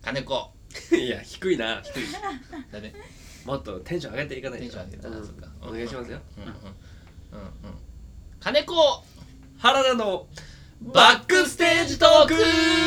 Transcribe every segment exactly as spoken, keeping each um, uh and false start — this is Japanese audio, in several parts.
金子いや低いな。 低いだね。 もっとテンション上げていかないと。 テンション上げたら、うん、そっか。 お願いしますよ。 うんうんうんうん。金子原田のバックステージトーク。イエーイ。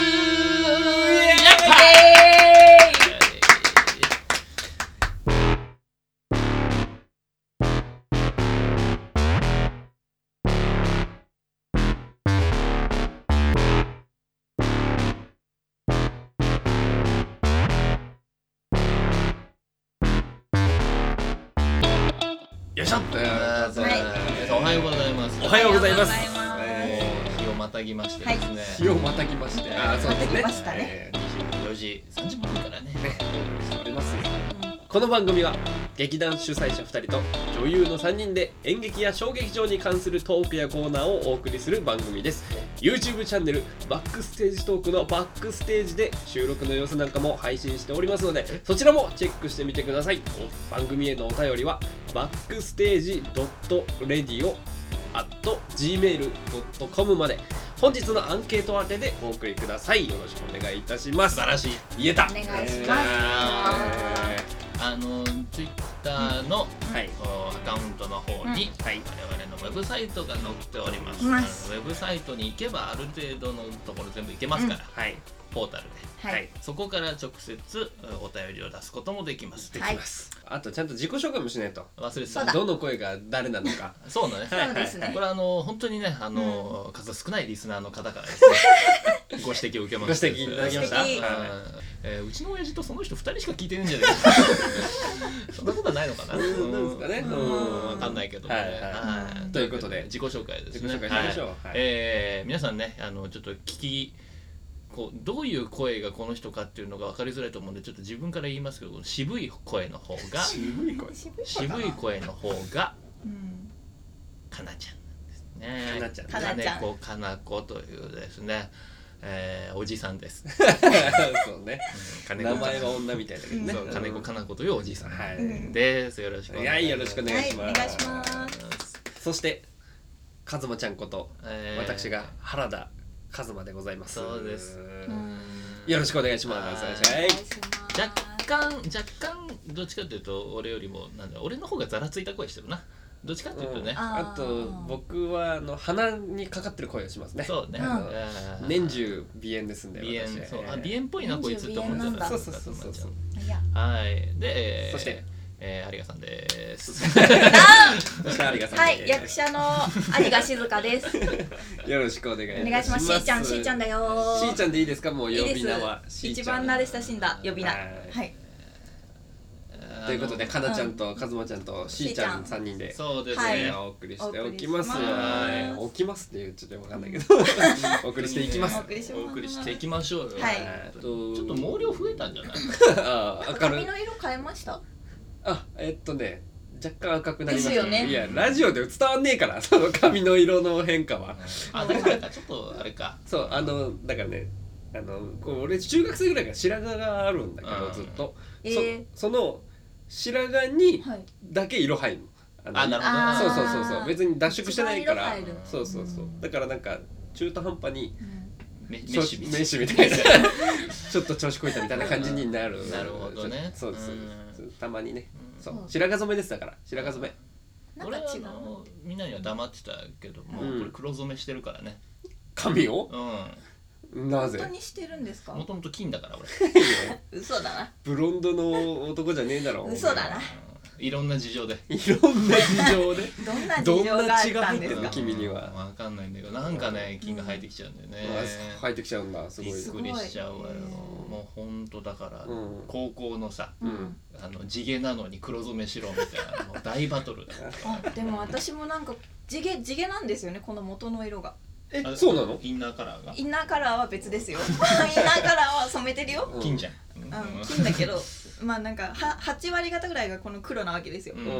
よいしょっと、はい、おはようございます。 おはようございます。 日をまたぎましてですね。 日をまたぎまして、 あ、そうですね。 またぎましたね。 にじゅうよじさんじゅっぷんからね。 しております。この番組は劇団主催者ふたりと女優のさんにんで演劇や小劇場に関するトークやコーナーをお送りする番組です。 YouTube チャンネルバックステージトークのバックステージで収録の様子なんかも配信しておりますので、そちらもチェックしてみてください。番組へのお便りはバックステージ .radio アット ジーメール ドットコム まで本日のアンケート宛てでお送りください。よろしくお願いいたします。 素晴らしい。 言えた。 お願いします。 えーあの Twitter の、 うんはい、 アカウントの方に、うん、はい、我々のウェブサイトが載っております。ウェブサイトに行けばある程度のところ全部行けますから、うん、はい、ポータルで、はい、そこから直接お便りを出すこともできます。 できます。はい、あとちゃんと自己紹介もしないと忘れてた。 どの声が誰なのか。そうだね。 そうですね。 これあの本当にね、あの、うん、数少ないリスナーの方からですねご指摘を受けました。 ご指摘いただきました。 えー、うちの親父とその人ふたりしか聞いてるんじゃないかそんなことはないのかな。 うんなんですかね。 うん、分かんないけどね。はいはいはい、ということで自己紹介ですね。 自己紹介しましょう。はい、 えー、皆さんね、あのちょっと聞きこうどういう声がこの人かっていうのが分かりづらいと思うんで、ちょっと自分から言いますけど、渋い声の方が渋い声渋い声の方が、うん、かなちゃんなんですね。 かなちゃん、 金子かな子というですね、えー、おじさんですそうね、うん、名前は女みたいだけどね。 そう金子かな子というおじさん、はい、です。よろしくお願いします。よろしくお願いします。 はい、お願いします。 そしてかずまちゃんこと、えー、私が原田かずまでございます。 そうです。 よろしくお願いします。はい、 若干若干どっちかというと俺よりもなんだ俺の方がざらついた声してるな。どっちかっていうとね、うん、 あ, あと僕はあの鼻にかかってる声をしますね。 そうね、 うん、年中鼻炎ですんで。 鼻炎、そう、あ、鼻炎っぽいなこいつって思っちゃった。 そうそうそうそうそう。 はいで、 そしてえー、有賀さんです。 そして有賀さん。 はい、役者の有賀静香です。 よろしくお願いします。 お願いします。しーちゃん、しーちゃんだよ。 しーちゃんでいいですか？もう呼び名は。 一番慣れ親しんだ呼び名。はい。 ということで、かなちゃんとかずまちゃんとしーちゃんさんにんでそうですね、 お送りしておきます。おきますっていうちょっとわかんないけどお送りしていきます。 お送りしていきましょうよ。 はい。 ちょっと毛量増えたんじゃない？ あ、髪の色変えました？ あ、えっとね、若干赤くなりました。 ですよね。 いや、ラジオで伝わんねえからその髪の色の変化は。 あ、だからかちょっとあれか。 そう、あのだからね、あのこう俺中学生ぐらいから白髪があるんだけどずっと、そその白髪にだけ色入るの。 あ、なるほど。 そうそうそうそう。別に脱色してないから。そうそうそう。だからなんか中途半端にメッシュメッシュみたいなちょっと調子こいたみたいな感じになる。 なるほどね。 そうです。たまにね。そう。白髪染めですだから。白髪染め。 俺はみんなには黙ってたけども、これ黒染めしてるからね。 髪を？ うん。 なぜ？ 本当にしてるんですか？ もともと金だから俺。 嘘だな。 ブロンドの男じゃねえだろ。 嘘だな。 いろんな事情で。 いろんな事情で。 どんな事情があったんですか？ 君には。 わかんないんだけど、なんかね金が生えてきちゃうんだよね。 生えてきちゃうんだ。すごい。 びっくりしちゃうわよ。もう本当だから高校のさ、あの地毛なのに黒染めしろみたいなもう大バトルだ。 あ、でも私もなんか地毛地毛なんですよね、この元の色が。 え、そうなの？ インナーカラーが？ インナーカラーは別ですよ。インナーカラーは染めてるよ。 金じゃん。 うん、金だけど、まあなんかははち割方ぐらいがこの黒なわけですよ。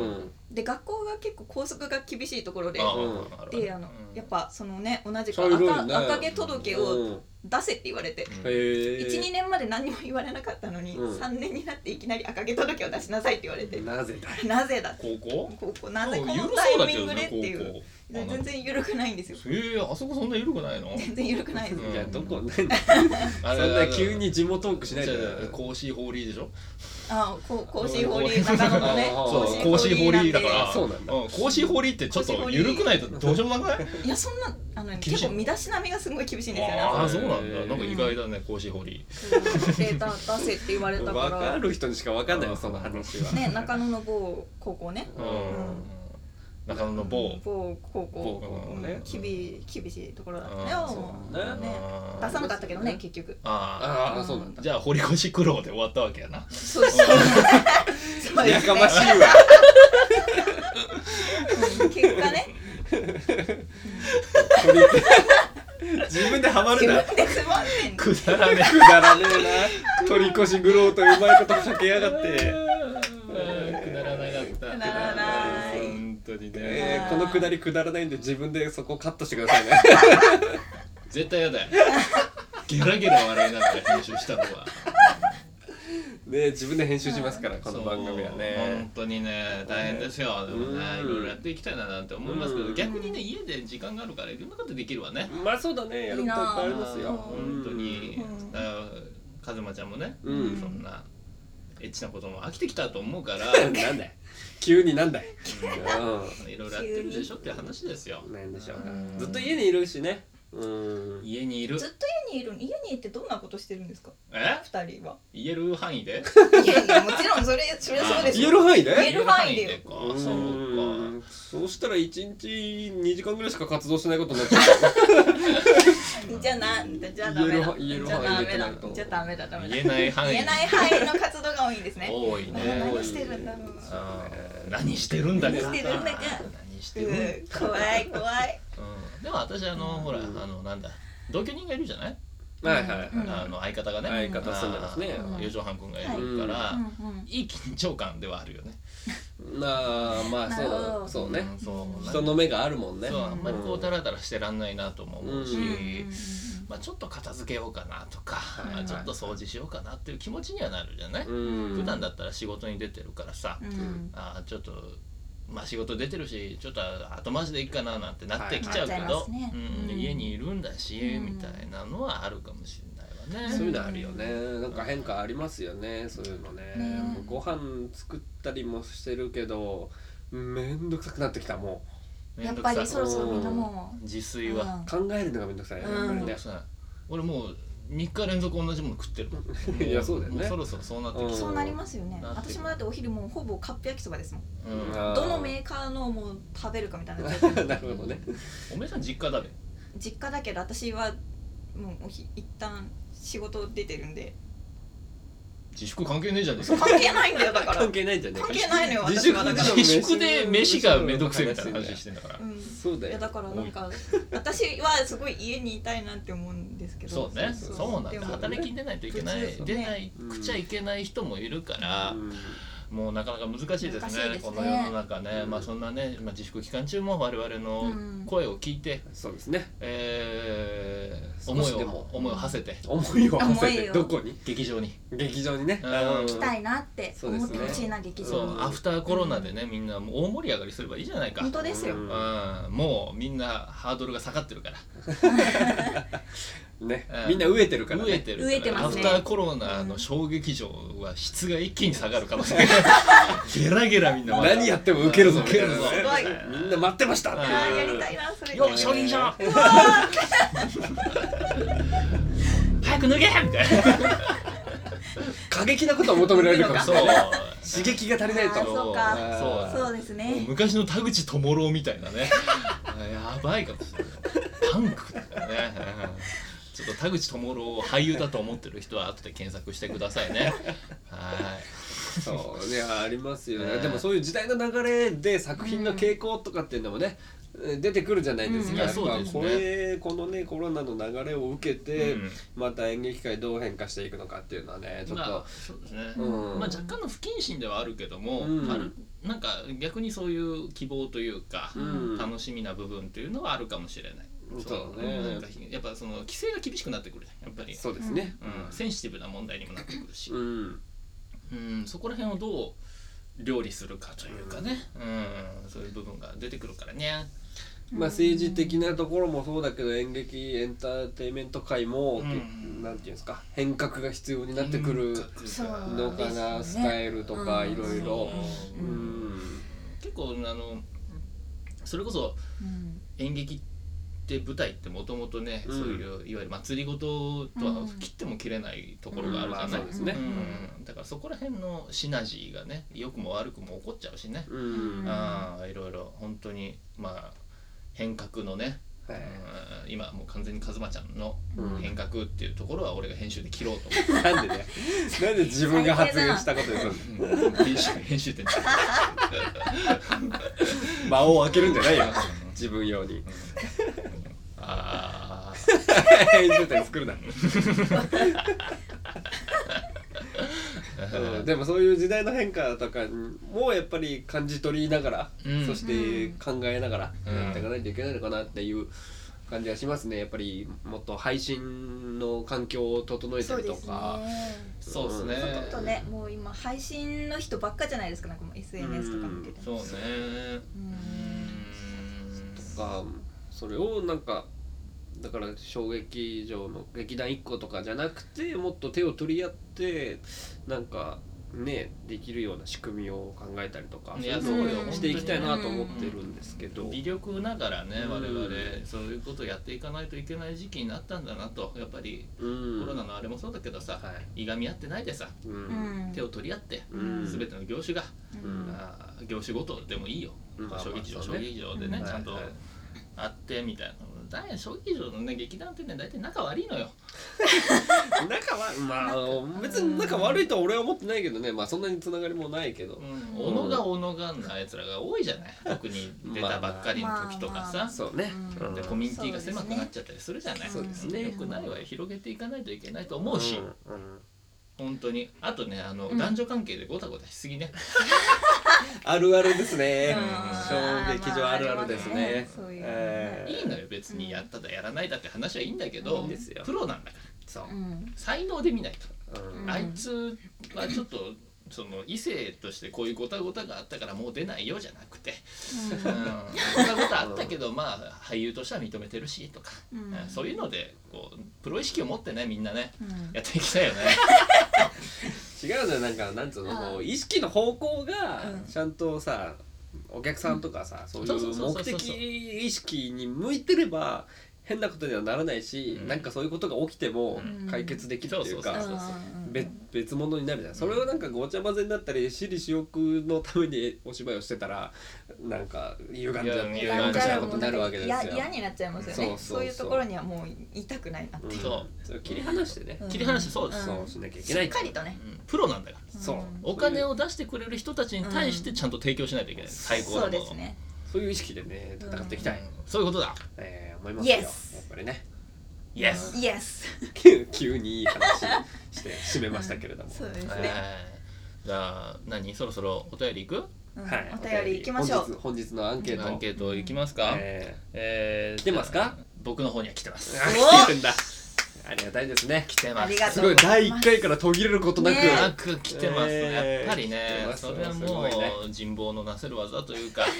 で学校が結構校則が厳しいところで、 あうんであの、 うんやっぱそのね同じく茶色い赤,、 ね赤毛届を出せって言われて、 うんへえいちにねんまで何にも言われなかったのに、 うんさんねんになっていきなり赤毛届を出しなさいって言われて、 なぜだなぜだ高校ここなぜこ緩のそうだけどタイミングでねっていう、 高校あ全然緩くないんですよ。 えー、あそこそんな緩くないの全然緩くないです、 うんいやどこ何あそんな急に地元トークしないで違う違う甲子ホーリーでしょあこ甲子ホーリー中野のねあーそう甲子ホーリーだからあそうなんだうん、甲子ホーリーってちょっと緩くないとどうしようもなくないいやそんなあの厳しい結構身だしなみがすごい厳しいんですよね。 ああそうなんだへーなんか意外だね甲子ホーリでだ出せって言われたか分らかる人にしか分かんないよその話はね中野の某高校ねーうん中野の某某高校高校ね厳厳しいところだったうんよそうだねねあー出さなかったけどね結局あああそうなんだあじゃあ堀越苦労で終わったわけやなそうそうそうやかましいわうん結果ねこれ自分でハマるな自分でつまんでんのくだらねくだらねえな取り越しグローとうまいことかけやがってえくだらなかったくだらない本当にねえーこのくだりくだらないんで自分でそこカットしてくださいね絶対やだよゲラゲラ笑いながら編集したのはね自分で編集しますからこの番組はそうね本当にね大変ですよでもねうんいろいろやっていきたいななんて思いますけどうん逆にね家で時間があるからいろんなことできるわねまあそうだねやることいっぱいありますよ本当にうんだからカズマちゃんもねうんそんなエッチなことも飽きてきたと思うからなんだい急になんだいうんいろいろやってるでしょっていう話ですようんなんでしょうかうんずっと家にいるしねうん家にいるずっと家にいる家にいてどんなことしてるんですかえ二人は言える範囲でいやいやもちろんそれそれはそうです言よえる範囲で言える範囲でよ言える範囲でかそううんかそうしたらいちにちにじかんぐらいしか活動しないことになっちゃうじゃあなんだじゃあダメだ言えるじゃあダメだ言える範囲でじゃあダメだダメだ言えない範囲言えない範囲の活動が多いんですね多いね何してるんだろうあー何してるんだか何してるんだか何してるんだうん怖い怖いうんでも私あのほらあのなんだ同居人がいるじゃないはいはいはいうんあの相方がね相方住んでますねあー四畳半君がいるからうんうんいい緊張感ではあるよねなあまあそなるほどうそうねんそう人の目があるもんねそうあんまりこうダラダラしてらんないなとも思うしうんうんうんまあちょっと片付けようかなとかはいまあちょっと掃除しようかなっていう気持ちにはなるじゃないうん普段だったら仕事に出てるからさうんうんあーちょっとまあ仕事出てるしちょっと後回しでいいかななんてなってきちゃうけはいなっちゃいどますねうんうん家にいるんだしうんみたいなのはあるかもしれないわねそういうのあるよねなんか変化ありますよねそういうのねねもうご飯作ったりもしてるけどめんどくさくなってきたもやっめんどくさいぱりそろそろみんなもう自炊はう考えるのがめんどくさいやっぱりねめんどくさい俺もうみっか連続同じもの食ってるもんいやそうだよねもそろそろそうなってきうんてそうなりますよねなってる私もだってお昼もうほぼカップ焼きそばですもんうんあーどのメーカーのもう食べるかみたいな状態なるほどねおめえさん実家だべ実家だけど私はもうおひ一旦仕事出てるんで自粛関係ねえじゃねえか関係ないんだよだから関係ないんじゃねえか関係ないのよ自粛私はだから自粛で飯がめんどくせえみたいな話してんだからうんそうだよいやだからなんか私はすごい家にいたいなって思うんですけどそうねそうそうなんだでも働きに出ないといけない普通ね出ないくちゃいけない人もいるからうんもうなかなか難しいですね難しいですねこの世の中ね、 うんまあそんなね、まあ、自粛期間中も我々のうん声を聞いて、 そうですねえー、思いを少しでも思いを馳せて思いを馳せて思いをどこに劇場に劇場にねうんうん行きたいなってそうですね思ってほしいな劇そう、 場にアフターコロナでねみんなもう大盛り上がりすればいいじゃないか本当ですようんうん、もうみんなハードルが下がってるからねうんみんな飢えてるからね飢えてるから飢えてますねアフターコロナの小劇場は質が一気に下がる可能性がゲラゲラみんな何やってもウケるぞウケるぞみたいなねみんな待ってましたってうんあーやりたいなそれよっ承認者早く脱げみたいな過激なことを求められるかもしそうれない刺激が足りないとあーそうかそうそうですもうね昔の田口智郎みたいなねやばいかもしれないパンクだよねうんちょっと田口智郎を俳優だと思ってる人は後で検索してくださいねはいそういやありますよねねでもそういう時代の流れで作品の傾向とかっていうのもね出てくるじゃないですか、 うん、 やっぱそうですね、 これこのねコロナの流れを受けて、 うん、 また演劇界どう変化していくのかっていうのはねちょっと、 まあ、そうですね、 うんまあ、若干の不謹慎ではあるけども、 うん、 あるなんか逆にそういう希望というか、 うん、 楽しみな部分っていうのはあるかもしれない。 そうね、 なんかやっぱその規制が厳しくなってくるじゃんやっぱり。 そうですね、 うん、センシティブな問題にもなってくるし、 うん、 うん、そこら辺をどう料理するかというかね、うん、そういう部分が出てくるからね。 まあ政治的なところもそうだけど演劇エンターテインメント界も、 うん、 なんていうんですか変革が必要になってくるのかな、スタイルとかいろいろ結構あのそれこそ演劇って舞台ってもともとね、うん、そういういわゆる祭りごととは切っても切れないところがあるじゃないですか、だからそこら辺のシナジーがね良くも悪くも起こっちゃうしね、うん、あいろいろ本当にまあ変革のね、はい、うん、今もう完全にカズマちゃんの変革っていうところは俺が編集で切ろうと思って、うん、 なんでねなんで自分が発言したことでするの、 うん、編集編集点間を空けるんじゃないよ自分用に、うん、あ編集点作るなうん、でもそういう時代の変化とかもやっぱり感じ取りながら、うん、そして考えながらやっていかないといけないのかなっていう感じがしますね。やっぱりもっと配信の環境を整えたりとか、 そうですね。 ちょっとね、もう今配信の人ばっかじゃないですか、なんかもう エスエヌエス とか見てて、 そうね。 とかそれをなんかだから小劇場の劇団いっことかじゃなくてもっと手を取り合ってなんかねできるような仕組みを考えたりとかいやそうよしていきたいなと思ってるんですけど、 微力ながらね我々そういうことをやっていかないといけない時期になったんだなと。やっぱりコロナのあれもそうだけどさ、はい、いがみ合ってないでさ、うん、手を取り合って、うん、全ての業種が、うん、あ業種ごとでもいいよ、うん、小劇場、まあまあ、小劇場でね、うん、ちゃんとあってみたいな。だい小劇場のね劇団ってね大体仲悪いのよ仲はまあ別に仲悪いとは俺は思ってないけどね、まあそんなにつながりもないけど、 うん、おのがおのがなやつらが多いじゃない特に出たばっかりの時とかさ、まあまあ、 そうね、 うん、でコミュニティが狭くなっちゃったりするじゃない。 そうですね。 よくないわよ。広げていかないといけないと思うし、うんうん、本当にあとねあの、うん、男女関係でゴタゴタしすぎねあるあるですね。小劇場あるあるですね。 いいのよ別にやっただやらないだって話はいいんだけど、うん、プロなんだからそう、うん、才能で見ないと、うん、あいつはちょっとその異性としてこういうゴタゴタがあったからもう出ないよじゃなくて、うん、ゴタゴタあったけどまあ俳優としては認めてるしとか、うん、そういうのでこうプロ意識を持ってねみんなね、うん、やっていきたいよね違うのよなんかなんつうのこう意識の方向がちゃんとさ、うん、お客さんとかさ、うん、そういう目的意識に向いてれば変なことにはならないし、うん、なんかそういうことが起きても解決できるっていうか別物になるじゃん、うん、それをなんかごちゃ混ぜになったり私利私欲のためにお芝居をしてたらなんか歪んじゃっておかしなことになるわけですよ。 嫌になっちゃいますよね。そうそうそう、そういうところにはもう言いたくないなっていう、うん、 そうそれを切り離してね、 うん、切り離してそうです、 うん、そうしなきゃいけないしっかりとね、 うん、プロなんだから、 うん、そうお金を出してくれる人たちに対してちゃんと提供しないといけない、うん、最高なもの。そうですね。 そういう意識でね戦っていきたい、うん、 そういうことだ、 えー、思いますよ、 yes. やっぱりね。 イエスイエス急にいい話して締めましたけれども、うん、 そうですね、 えー、じゃあ何そろそろお便りいく、 うん、はい、お便りいきましょう。 本日、本日のアンケートアンケートいきますか、 えーえー、 来てますか。 僕の方には来てます。 来てるんだありがたいですね。 来てます。 すごいだいいっかいから途切れることなく、 ね、なく来てます、えー、やっぱりねそれはもう、ね、人望のなせる技というか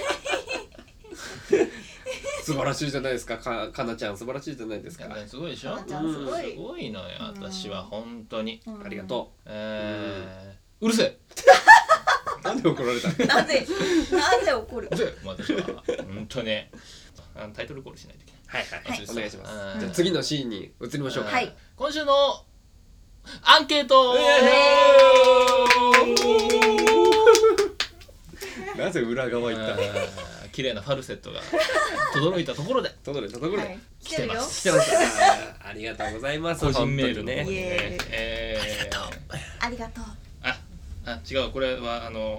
素晴らしいじゃないですか。か、かなちゃん素晴らしいじゃないですか。 すごいでしょ。 かなちゃんすごい、 うん、すごいのよ私は本当に、 うん、ありがとう。 えー、うるせえなんで怒られたの。 なぜなぜ怒る。 うるせえ私は本当にあのタイトルコールしないといけない。 はいはい、はい、お願いします。じゃあ次のシーンに移りましょうか。 はい。 今週のアンケート、 なぜ裏側行ったの。 綺麗なファルセットが轟いたところで轟いたところで、はい、 来てます。 来てます。ありがとうございます。 個人メールね。 えー、ありがとう。 ありがとう。あ、あ違うこれはあの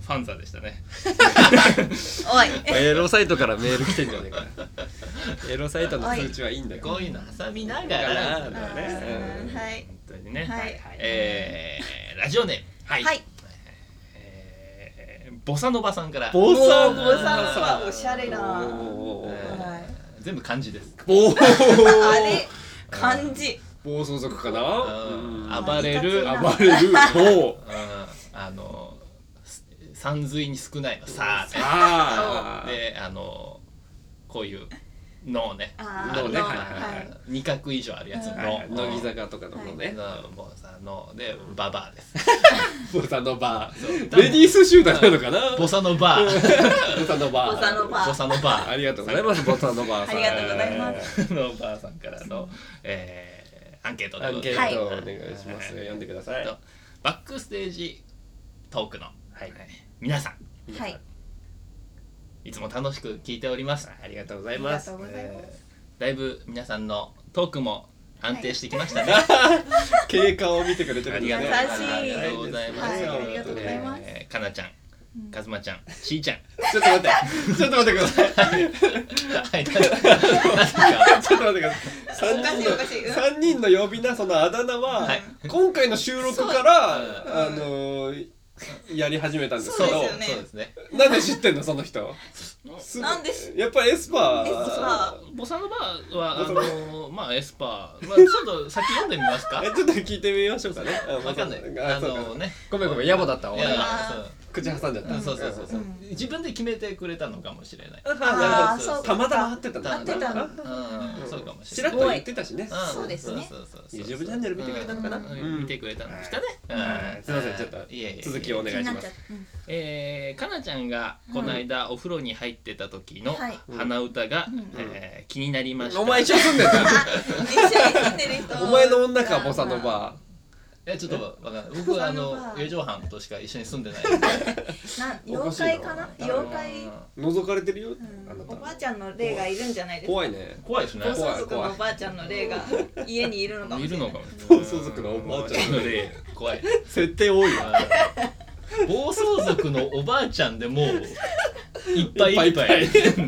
ファンザでしたね。 おいエロサイトからメール来てんじゃねえか。エロサイトの通知はいいんだよ。 こういうの挟みながら、 だあーね。 はい本当にね。 はいはいえー、ラジオネーム、はいはいえー、ボサノバさんから。 ボサボサノバおしゃれなおーはい全部漢字です。 おーあれ漢字暴走族かな。 うんうん暴れる、 あ暴れる。おう。 あのさんずいに少ないのさあで、あのこういうのをね、 あーのねのはいはいはいに画以上あるやつあ。 の乃木坂とかののね。 のもうさのでババアです。 ボサノバそうレディース集団なのかな。 ボサノバーボサノバボサノバボサノバーありがとうございます。ボサノバさん。 ありがとうございますのばあさんからの、えー、アンケートでアンケございます。 ートお願いします。読んでください。 バックステージトークの、はい皆さんはいいつも楽しく聞いております。 ありがとうござありがいます。 とうございますえーだいぶ皆さんのトークも安定してきましたね。 経過を見てくれてるんですね。 優しいありがとうございます。 はいありがとうございますえーかなちゃん、かずまちゃん、しーちゃん。 ちょっと待って。ちょっと待ってください。 はい、何かちょっと待ってください。 おかしいおかしいうん三人の呼び名そのあだ名は、 はい今回の収録からそうあのーやり始めたんですけど、 そうですよねそうですね。 なんで知ってんのその人？すなんで知やっぱりエスパー。 エスパボサノバーはあボサノのまあエスパー、まあちょっと先読んでみますか。 えちょっと聞いてみましょうかね。あわかんない。ああそうかのね。 ごめんごめん野暮だったわ俺いやが口挟んじゃった。 そうそうそうそうそううん自分で決めてくれたのかもしれない。 あーそうそうたまたま会ってたんだ合ってたのうん、そうかもしちれない。 らっと言ってたしね。 んそうですねそうそうそうそう YouTube チャンネル見てくれたのかなうんうん見てくれたのしたね。 はいすいませんちょっといえいえ続きをお願いします。 えー、かなちゃんがこの間お風呂に入ってた時のはい鼻歌が、 うんえー気になりました。 お前一緒住んでた。 一緒に住んでる人お前の女かボサノバ。 えちょっとわかんない。僕はあのボサノバ四畳半としか一緒に住んでないので。 な妖怪かな妖怪覗かれてるよ。 うんあなたおばあちゃんの霊がいるんじゃないですか怖いね。 怖いですね。 暴走族のおばあちゃんの霊が家にいるのかもしれないいるのかも。 暴走族のおばあちゃんの霊怖い。 設定多いわ。 暴走族のおばあちゃんでもういっぱいいっぱいいっ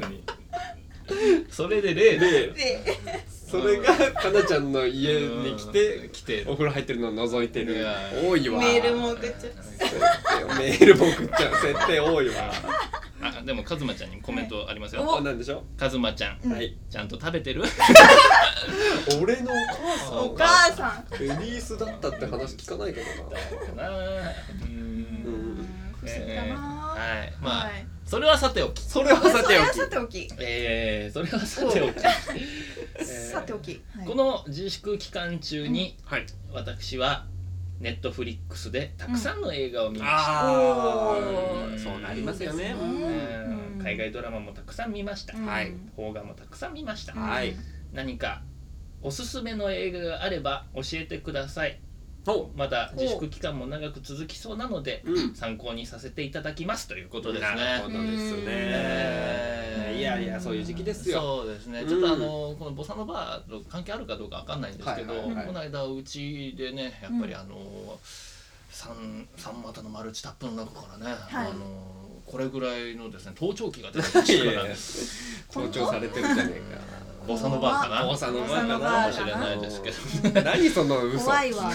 それで霊ででそれがかなちゃんの家に来て来てお風呂入ってるのを覗いてるいや。 多いわ。 メールも送っちゃう設定メールも送っちゃう。設定多いわ。 あでもカズマちゃんにコメントありますおよ。 あなんでしょカズマちゃん、 うんはい。 ちゃんと食べてる？ 俺のお母さんお母さんエリースだったって話聞かないけどな。 かなうーん不思議だなはいまあ、 はいそれはさておきそれはさておき。 それはさておきえー、それはさておき、 さておきはいこの自粛期間中に、 はい。 私はネットフリックスでたくさんの映画を見ました、 あおーーそうなりますよね。 ううんん海外ドラマもたくさん見ました、 うんはい邦画もたくさん見ました、 うんはい。 何かおすすめの映画があれば教えてください。 ほまた自粛期間も長く続きそうなので、 うん参考にさせていただきますということですね。 なるほどですえーね。いやいやそういう時期ですよ。 そうですね、 うんちょっとあのこのボサノバと関係あるかどうかわかんないんですけど、 はいはいはいこの間うちでねやっぱりあの、三三股のマルチタップの中からね、 はいあのこれぐらいのですね盗聴器が出てきましたからいやいや盗聴されてるじゃねボサノバかなボサノバボサノバかもしれないですけどえか。何その嘘。 怖いわ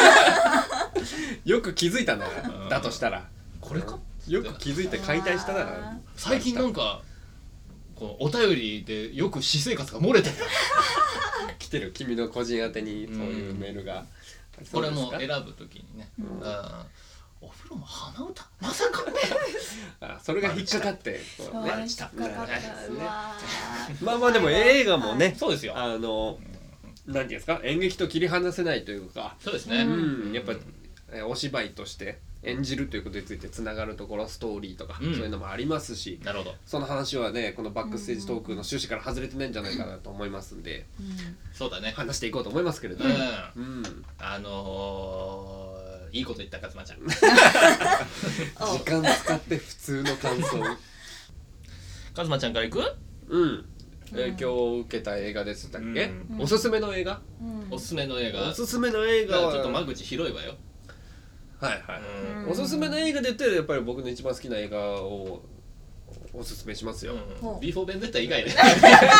よく気づいたなうん。 だとしたら。 これかよく気づいて解体したな。 最近なんかこうお便りでよく私生活が漏れてる来てる君の個人宛てにそういうメールが。 これもそうです選ぶときにね、 うんあーお風呂の鼻歌まさかかあそれが引っかかって。 そうね引っかかったうわまあまあでも映画もね。 そうですよあの何ていうんですか演劇と切り離せないというか。 そうですね、 うん、やっぱえーお芝居として演じるということについてつながるところストーリーとか、 うんそういうのもありますしなるほどその話はねこのバックステージトークの趣旨から外れてないんじゃないかなと思いますんでそうだね話していこうと思いますけれどうんも、うん、 あのー、いいこと言った勝間ちゃん時間使って普通の感想勝間ちゃんからいくうん影響を受けた映画でしたっけ、 うんおすすめの映画、 うんおすすめの映画おすすめの映画はがちょっと間口広いわよはいはい、 うん、 おすすめの映画で言ったらやっぱり僕の一番好きな映画をおすすめしますよ、 うん、ビーフォーベンデッタ以外であ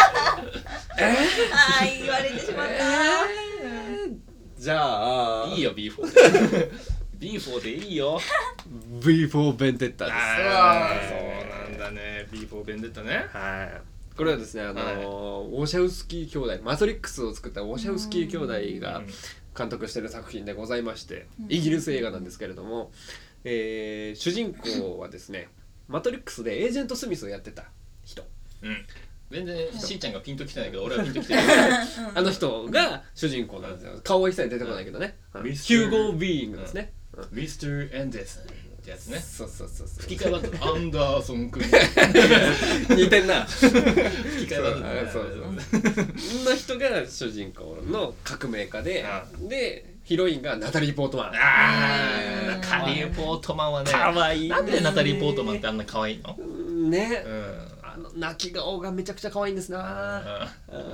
あ言われてしまった、えー、じゃあいいよ ビーフォー でビーフォー でいいよビーフォー ベンデッタです。 あそうなんだね ビーフォー ベンデッタね。 はい、これはですねあの、はい、ウォシャウスキー兄弟マトリックスを作ったウォシャウスキー兄弟が監督している作品でございまして、イギリス映画なんですけれども、えー、主人公はですねマトリックスでエージェント・スミスをやってた人、 うん、全然しーちゃんがピンときてないけど俺はピンときてるあの人が主人公なんですよ。顔は一切出てこないけどね、うん、ヒューゴー・ビーイングですね、 ミスター・エンデスンってやつね。 そうそうそうそう。 吹き替えはアンダーソン君似てんな吹き替えはそうそうそんな人が主人公の革命家で、でヒロインがナタリー・ポートマン。 あナタリー・ポートマンはねかわいい。 なんでナタリー・ポートマンってあんな可愛いのね、うん、あの泣き顔がめちゃくちゃ可愛いんですな。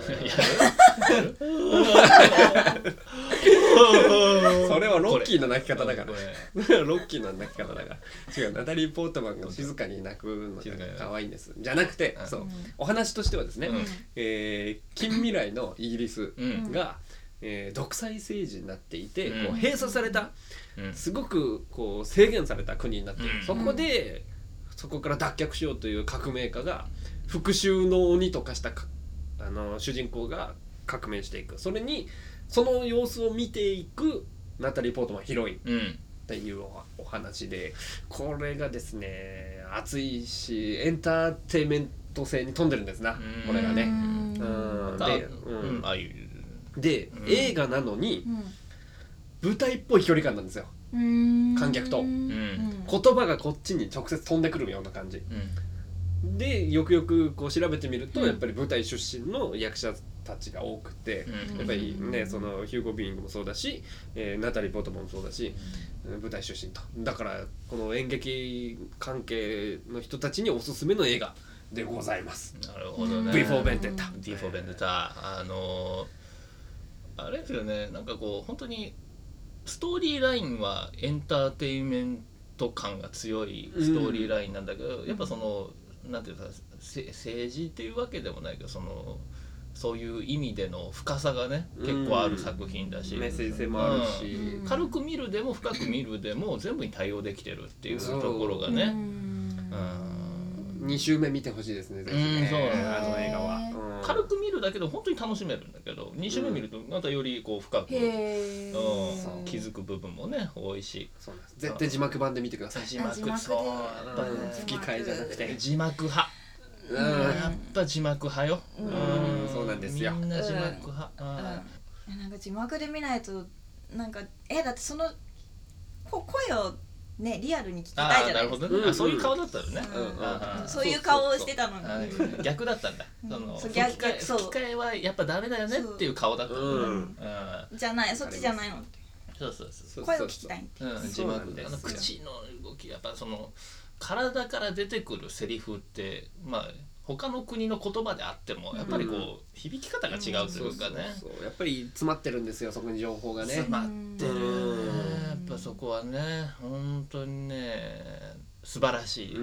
それはロッキーの泣き方だからロッキーの泣き方だから違う。ナタリー・ポートマンが静かに泣くのが可愛いんですじゃなくて、そうお話としてはですね、うんえー、近未来のイギリスが、うんえー、独裁政治になっていて、うん、こう閉鎖された、うん、すごくこう制限された国になっている、うん、そこでそこから脱却しようという革命家が復讐の鬼と化したあの主人公が革命していく。それにその様子を見ていくナタリー・ポートマンヒロインっていうお話で、これがですね熱いしエンターテインメント性に富んでるんですな、これがね。うんで、うんああいうで、うん、映画なのに、うん、舞台っぽい距離感なんですよ、観客と、うん、言葉がこっちに直接飛んでくるような感じ、うん、でよくよくこう調べてみると、うん、やっぱり舞台出身の役者たちが多くて、うん、やっぱりねそのヒューゴ・ビーイングもそうだし、えー、ナタリー・ポートマンもそうだし、うん、舞台出身とだからこの演劇関係の人たちにおすすめの映画でございます。 なるほどね。 ビーフォー ベンデッタ。 ビーフォー ベンデッタ。あのーあれですよね、なんかこう本当にストーリーラインはエンターテインメント感が強いストーリーラインなんだけど、うん、やっぱそのなんていうか政治っていうわけでもないけどそのそういう意味での深さがね結構ある作品だし、 メッセージ性もあるし、 うん、軽く見るでも深く見るでも全部に対応できてるっていうところがね、うんうん、に週目見てほしいですね、ぜひね、 うん、そうあの映画は、 うん、軽く見るだけで本当に楽しめるんだけどに週目見るとまたよりこう深く、うん、気づく部分もね多いし、 そうなんです。絶対字幕版で見てください。 字幕そうだね、 吹き替えじゃなくて字幕派、うん、やっぱ字幕派よ、 うんうん、そうなんですよ、 みんな字幕派、うんうん、 なんか字幕で見ないとなんかえだってそのこ声をねリアルに聞きたいじゃないですか。 あ、なるほどね、うん、あそういう顔だったのね、 うんうん、そういう顔をしてたのにそうそうそう逆だったんだ、うん、その吹き替え、吹き替えはやっぱダメだよねっていう顔だったの、うんうん、 じゃないそっちじゃないのってそうそうそう声を聞きたいって、 うん、字幕であの口の動きやっぱその体から出てくるセリフってまあ他の国の言葉であってもやっぱりこう、うん、響き方が違うというかね、 うん、そうそうそうやっぱり詰まってるんですよ、そこに情報がね詰まってる、やっぱそこはね本当にね素晴らしい、うん、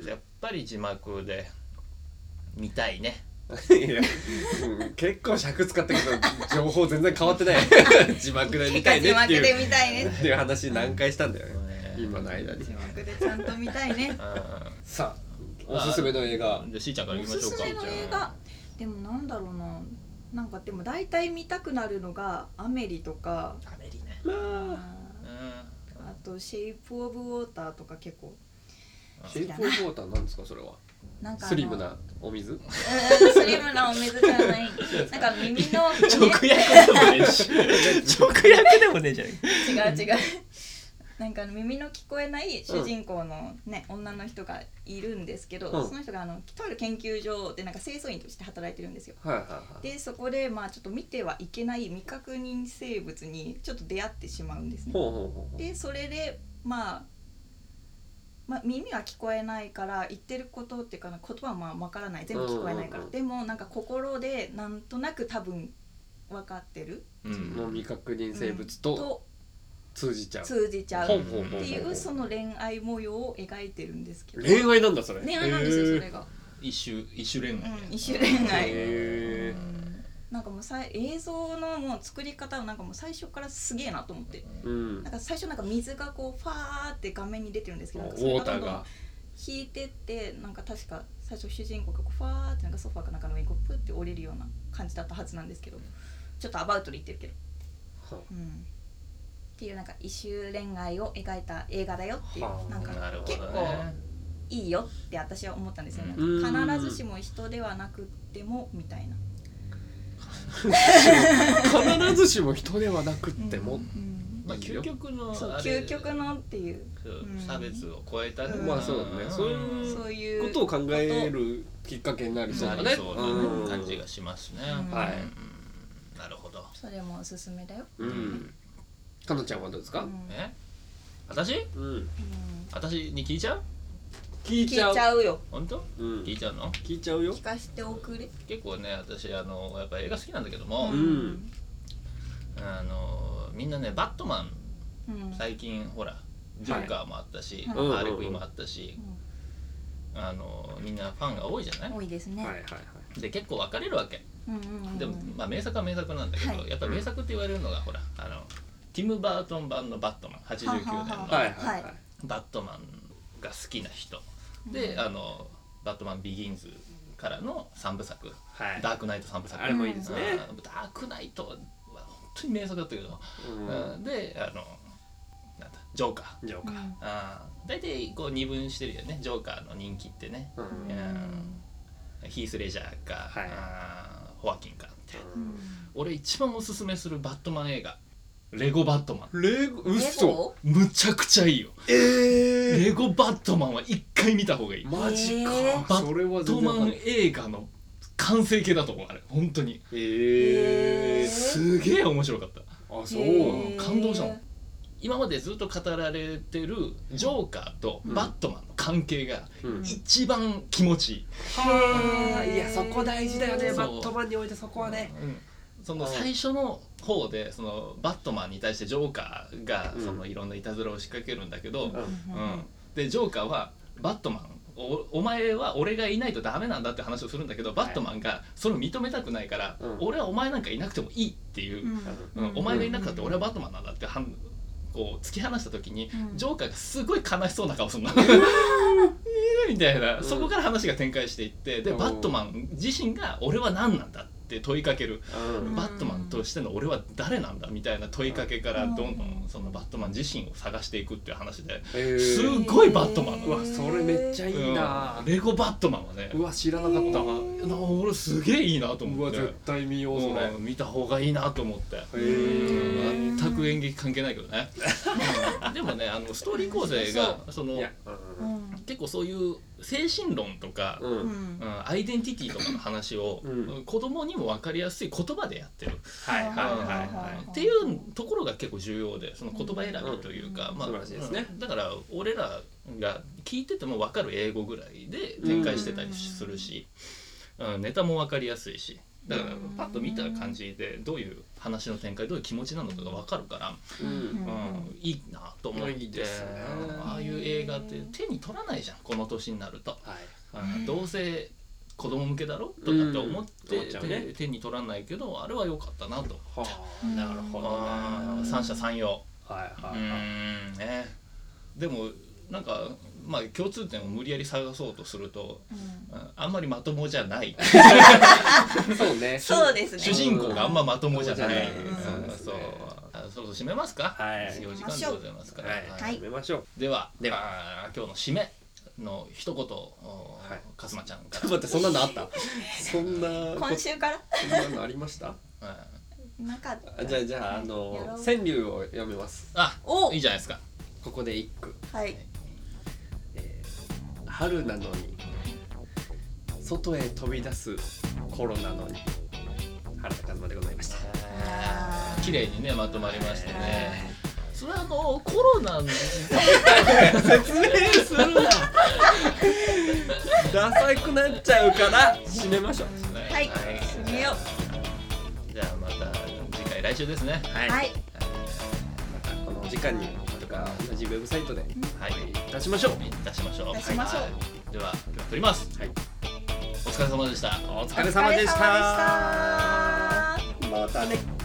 やっぱり字幕で見たいねいや、うん、結構尺使ったけど情報全然変わってない字幕で見たいねっていう、ね、っていう話何回したんだよね、うん、今の間に字幕でちゃんと見たいねさあおすすめの映画、 じゃあしーちゃんから言いましょうか。 おすすめの映画でもなんだろうな、なんかでも大体見たくなるのがアメリとかアメリね、 あ, あとシェイプオブウォーターとか結構シェイプオブウォーターなんですかそれは。なんかスリムなお水、うん、 スリムなお水じゃないなんか耳の直訳でもねえし直訳でもねえじゃん違う違うなんか耳の聞こえない主人公の、ねうん、女の人がいるんですけど、うん、その人があのとある研究所でなんか清掃員として働いてるんですよ、 はいはいはい、 でそこでまあちょっと見てはいけない未確認生物にちょっと出会ってしまうんですね。 ほうほうほう。 でそれで、まあ、まあ耳は聞こえないから言ってることっていうか言葉はまあ分からない、全部聞こえないから、うんうんうん、でもなんか心でなんとなく多分分かってる、 うん、もう未確認生物と、 うん、と通じちゃう通じちゃうっていうその恋愛模様を描いてるんですけど。 恋愛なんだそれ。 恋愛なんですよそれが。 一種一種恋愛、 うん、一種恋愛。 へーなんかもうさ映像のもう作り方はなんかもう最初からすげえなと思って、うん、なんか最初なんか水がこうファーって画面に出てるんですけど、なんかそれがどんどん引いてってなんか確か最初主人公がこうファーってなんかソファーかなんかの上にこうプッて降りるような感じだったはずなんですけど、ちょっとアバウトで言ってるけど、はあ、うん、っていうなんか一種恋愛を描いた映画だよっていう、はあ、なんか結構いいよって私は思ったんですよね。必ずしも人ではなくってもみたいな。 必ずしも人ではなくっても、うんうん、 まあ、究極のそう究極のっていう、 うん、差別を超えた、 うん、まあそうだね、うん、そういうことを考えるきっかけになりそうだね、 うん、感じがしますね、うん、はい、うん、なるほど。 それもおすすめだよ。 うん。かのちゃんはどうですか？うん、 え私、うん、私に聞いちゃう？ 聞いちゃう。 聞いちゃうよ。 本当？うん、聞いちゃうの？ 聞いちゃうよ。 聞かせておくれ。 結構ね、私あのやっぱ映画好きなんだけども、うん、あのみんなねバットマン、うん、最近ほらジョーカーもあったし、はい、ハーレクインもあったし、うん、あのみんなファンが多いじゃない？ 多いですね。 はいはいはい。で結構分かれるわけ。うんうんうん、でもまあ名作は名作なんだけど、はい、やっぱ名作って言われるのがほらあのティム・バートン版のバットマンはちじゅうきゅうねんのバットマンが好きな人。で、あのバットマンビギンズからのさんぶさく、はい、ダークナイトさんぶさく、 あれもいいですね。 ダークナイトは本当に名作だったけど、うん、であのなんだジョーカー、ジョーカー、うん、あ大体こう二分してるよね、ジョーカーの人気ってね、うんうん、ヒース・レジャーか、はい、あホアキンかって、うん、俺一番おすすめするバットマン映画レゴバットマン。 レゴ嘘むちゃくちゃいいよ。えー、レゴバットマンは一回見た方がいい。 マジか。 バットマン映画の完成形だと思うあれ本当に。えー、すげえ面白かった。 あそう感動したの。今までずっと語られてるジョーカーとバットマンの関係が一番気持ちいい。 はあ、いやそこ大事だよね。バットマンにおいてそこはね。うん、 その最初の方でそのバットマンに対してジョーカーがそのいろんないたずらを仕掛けるんだけど、うんうん、でジョーカーはバットマン お, お前は俺がいないとダメなんだって話をするんだけど、バットマンがそれを認めたくないから、はい、俺はお前なんかいなくてもいいっていう、うんうん、お前がいなくたって俺はバットマンなんだってはんこう突き放した時に、うん、ジョーカーがすごい悲しそうな顔するのみたいな、うん、そこから話が展開していって、でバットマン自身が俺は何なんだって問いかける、うん、バットマンとしての俺は誰なんだみたいな問いかけからどんどんそのバットマン自身を探していくっていう話で、すごいバットマンの、 うわそれめっちゃいいな、 うん、レゴバットマンはね、 うわ知らなかったわ、 俺すげえいいなと思って、 うわ絶対見ようそれ、 うん、見た方がいいなと思って、うん、全く演劇関係ないけどねでもねあのストーリー構成がその、うん、結構そういう精神論とか、うんうん、アイデンティティとかの話を、うん、子供にも分かりやすい言葉でやってる、はいはいはいはい、っていうところが結構重要で、その言葉選びというか、うん、まあ、素晴らしいですね、うん、だから俺らが聞いてても分かる英語ぐらいで展開してたりするし、うん、ネタも分かりやすいし、だからパッと見た感じでどういう話の展開、どういう気持ちなのかが分かるから、うんうん、いいなと思って、いいですね、ああいう映画って手に取らないじゃんこの年になると、はい、どうせ子供向けだろとかって思って、うんね、手に取らないけどあれは良かったなと、はあ、なるほどね、三者三様、はいはいはい、うんね、でもなんかまあ共通点を無理やり探そうとすると、うん、あんまりまともじゃないそうね、 そうですね、 主人公があんままともじゃない、うん、そう、そろそろ締めますか、はい、よじかんでございますから、はいはい、 締めましょう。 ではでは今日の締めの一言、はい、かすまちゃんから。 待って、そんなのあったそんな今週からそんなのありました、 うん、なかった。 じゃあじゃあ、あの川柳を読めます。 あ、おいいじゃないですか。 ここで一句、 はい、 えー、春なのに外へ飛び出す頃なのに、原田和馬でございました。 綺麗にねまとまりましてね。それはあのコロナの説明するなダサくなっちゃうから締めましょう。 はい、はい、締めよう。 じゃあまた次回来週ですね。 はい、はい、またこのお時間間にとか同じウェブサイトではい、 出しましょう出しましょう。 出しましょう。 はい、では今日は撮ります。はい。お疲れ様でした。 お疲れ様でした。 お疲れ様でした。 またね。